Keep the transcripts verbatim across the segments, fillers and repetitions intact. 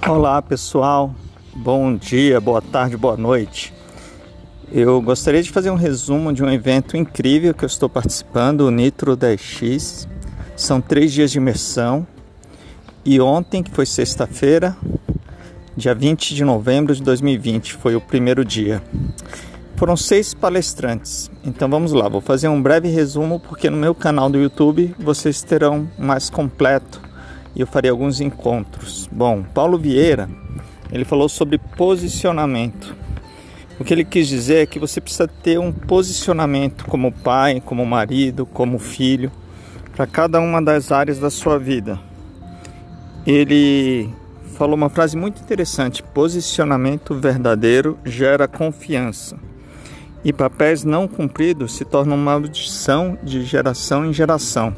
Olá pessoal, bom dia, boa tarde, boa noite. Eu gostaria de fazer um resumo de um evento incrível que eu estou participando, o Nitro dez X. São três dias de imersão e ontem, que foi sexta-feira, dia vinte de novembro de dois mil e vinte, foi o primeiro dia. Foram seis palestrantes, então vamos lá, vou fazer um breve resumo porque no meu canal do YouTube vocês terão mais completo e eu farei alguns encontros. Bom, Paulo Vieira, ele falou sobre posicionamento. O que ele quis dizer é que você precisa ter um posicionamento como pai, como marido, como filho, para cada uma das áreas da sua vida. Ele falou uma frase muito interessante: posicionamento verdadeiro gera confiança. E papéis não cumpridos se tornam uma maldição de geração em geração.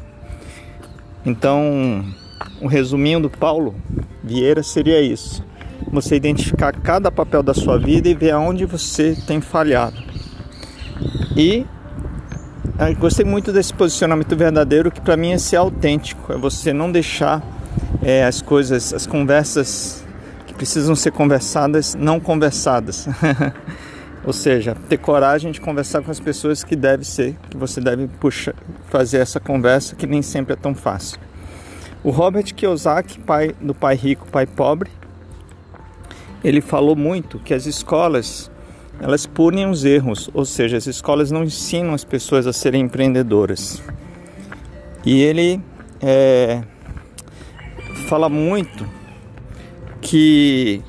Então, um resuminho do Paulo Vieira seria isso: você identificar cada papel da sua vida e ver aonde você tem falhado. E eu gostei muito desse posicionamento verdadeiro, que para mim é ser autêntico, é você não deixar é, as coisas, as conversas que precisam ser conversadas, não conversadas. Ou seja, ter coragem de conversar com as pessoas que deve ser, que você deve puxar, fazer essa conversa, que nem sempre é tão fácil. O Robert Kiyosaki, pai do Pai Rico, Pai Pobre, ele falou muito que as escolas, elas punem os erros, ou seja, as escolas não ensinam as pessoas a serem empreendedoras. E ele é, fala muito que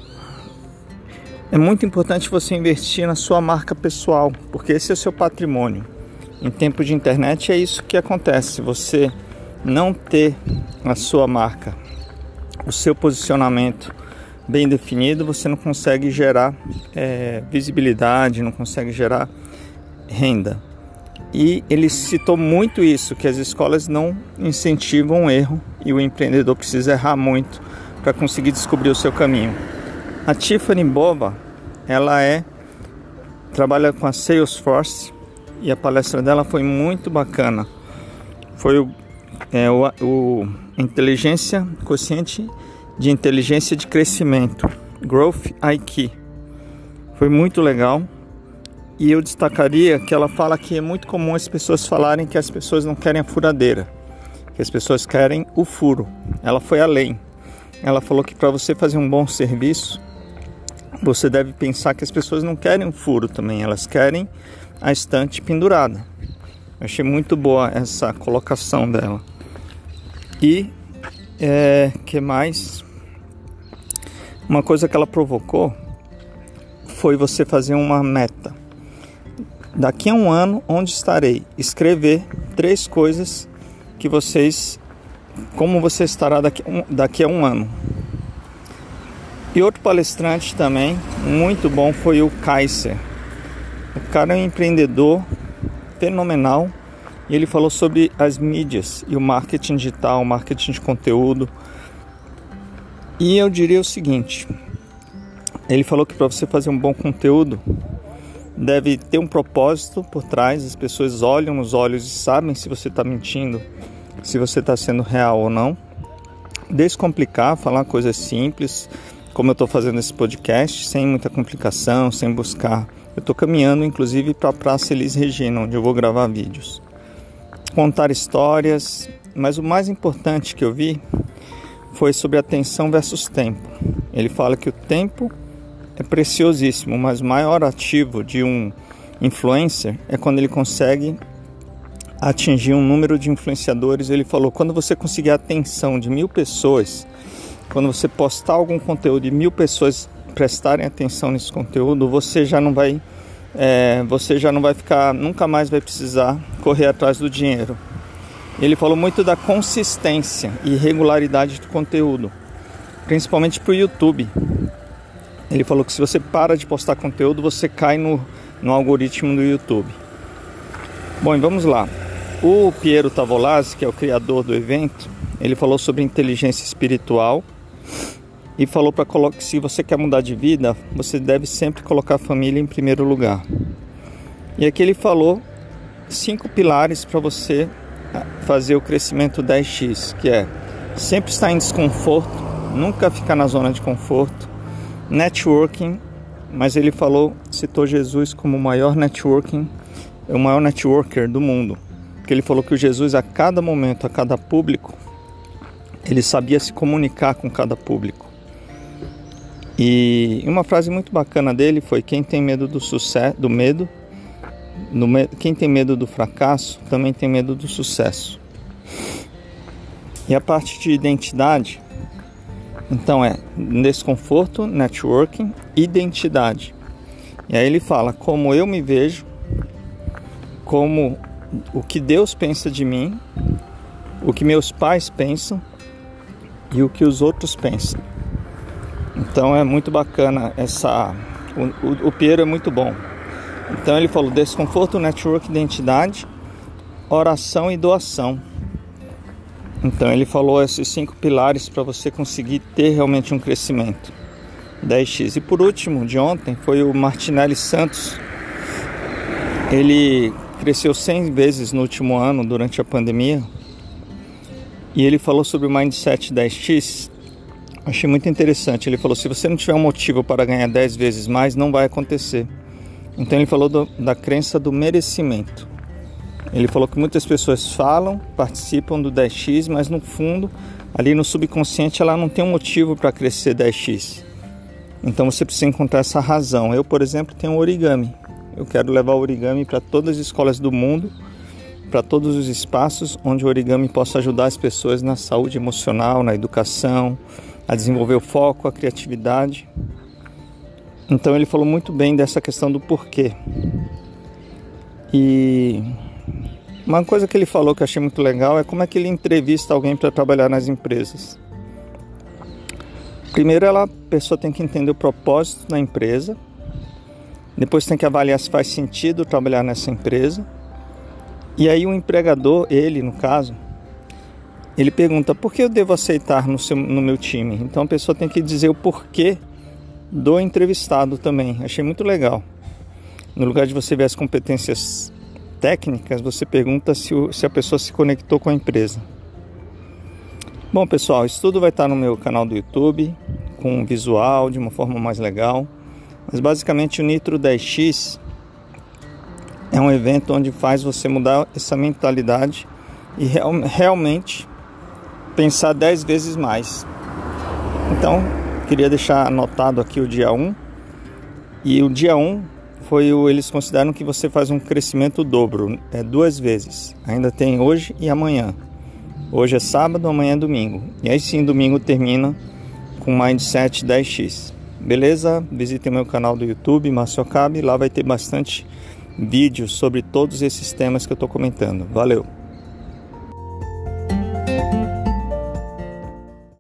é muito importante você investir na sua marca pessoal, porque esse é o seu patrimônio. Em tempo de internet é isso que acontece. Se você não ter a sua marca, o seu posicionamento bem definido, você não consegue gerar é, visibilidade, não consegue gerar renda. E ele citou muito isso, que as escolas não incentivam o erro e o empreendedor precisa errar muito para conseguir descobrir o seu caminho. A Tiffany Bova, ela é trabalha com a Salesforce e a palestra dela foi muito bacana. Foi o, é, o, o inteligência consciente de inteligência de crescimento, Growth I Q. Foi muito legal. E eu destacaria que ela fala que é muito comum as pessoas falarem que as pessoas não querem a furadeira, que as pessoas querem o furo. Ela foi além. Ela falou que para você fazer um bom serviço, você deve pensar que as pessoas não querem o furo também, elas querem a estante pendurada. Eu achei muito boa essa colocação dela. E é, que mais? Uma coisa que ela provocou foi você fazer uma meta. Daqui a um ano, onde estarei? Escrever três coisas que vocês, como você estará daqui, daqui a um ano. E outro palestrante também, muito bom, foi o Kaiser. O cara é um empreendedor fenomenal e ele falou sobre as mídias e o marketing digital, o marketing de conteúdo. E eu diria o seguinte: ele falou que para você fazer um bom conteúdo deve ter um propósito por trás. As pessoas olham nos olhos e sabem se você está mentindo, se você está sendo real ou não. Descomplicar, falar coisas simples, como eu estou fazendo esse podcast, sem muita complicação, sem buscar. Eu estou caminhando inclusive para a Praça Elis Regina, onde eu vou gravar vídeos. Contar histórias, mas o mais importante que eu vi foi sobre atenção versus tempo. Ele fala que o tempo é preciosíssimo, mas o maior ativo de um influencer é quando ele consegue atingir um número de influenciadores. Ele falou, quando você conseguir a atenção de mil pessoas, quando você postar algum conteúdo e mil pessoas prestarem atenção nesse conteúdo, você já não vai, é, você já não vai ficar, nunca mais vai precisar correr atrás do dinheiro. Ele falou muito da consistência e regularidade do conteúdo, principalmente para o YouTube. Ele falou que se você para de postar conteúdo, você cai no, no algoritmo do YouTube. Bom, e vamos lá. O Piero Tavolazzi, que é o criador do evento, ele falou sobre inteligência espiritual e falou para que se você quer mudar de vida, você deve sempre colocar a família em primeiro lugar. E aqui ele falou cinco pilares para você fazer o crescimento dez x, que é sempre estar em desconforto, nunca ficar na zona de conforto, networking, mas ele falou, citou Jesus como o maior networking, o maior networker do mundo, porque ele falou que o Jesus a cada momento, a cada público, ele sabia se comunicar com cada público. E uma frase muito bacana dele foi: quem tem medo do sucesso, do medo, do me... quem tem medo do fracasso, também tem medo do sucesso. E a parte de identidade, então é desconforto, networking, identidade. E aí ele fala como eu me vejo, como o que Deus pensa de mim, o que meus pais pensam e o que os outros pensam. Então é muito bacana essa... O, o, o Piero é muito bom. Então ele falou desconforto, network, identidade, oração e doação. Então ele falou esses cinco pilares para você conseguir ter realmente um crescimento. dez x. E por último, de ontem, foi o Martinelli Santos. Ele cresceu cem vezes no último ano durante a pandemia. E ele falou sobre o Mindset dez x. Achei muito interessante. Ele falou: se você não tiver um motivo para ganhar dez vezes mais, não vai acontecer. Então ele falou do, da crença do merecimento. Ele falou que muitas pessoas falam, participam do dez x, mas no fundo, ali no subconsciente, ela não tem um motivo para crescer dez x. Então você precisa encontrar essa razão. Eu, por exemplo, tenho um origami. Eu quero levar o origami para todas as escolas do mundo, para todos os espaços onde o origami possa ajudar as pessoas na saúde emocional, na educação, a desenvolver o foco, a criatividade. Então ele falou muito bem dessa questão do porquê. E uma coisa que ele falou que eu achei muito legal é como é que ele entrevista alguém para trabalhar nas empresas. Primeiro, ela, a pessoa tem que entender o propósito da empresa. Depois tem que avaliar se faz sentido trabalhar nessa empresa. E aí o empregador, ele no caso, ele pergunta: por que eu devo aceitar no, seu, no meu time? Então a pessoa tem que dizer o porquê do entrevistado também. Achei muito legal. No lugar de você ver as competências técnicas, você pergunta se, o, se a pessoa se conectou com a empresa. Bom, pessoal, isso tudo vai estar no meu canal do YouTube, com visual, de uma forma mais legal. Mas basicamente o Nitro dez x é um evento onde faz você mudar essa mentalidade e real, realmente pensar dez vezes mais. Então, queria deixar anotado aqui o dia um. E o dia um foi o, eles consideram que você faz um crescimento dobro, é duas vezes. Ainda tem hoje e amanhã. Hoje é sábado, amanhã é domingo. E aí sim, domingo termina com Mindset dez x. Beleza? Visitem meu canal do YouTube, Márcio Okabe. Lá vai ter bastante vídeos sobre todos esses temas que eu estou comentando. Valeu!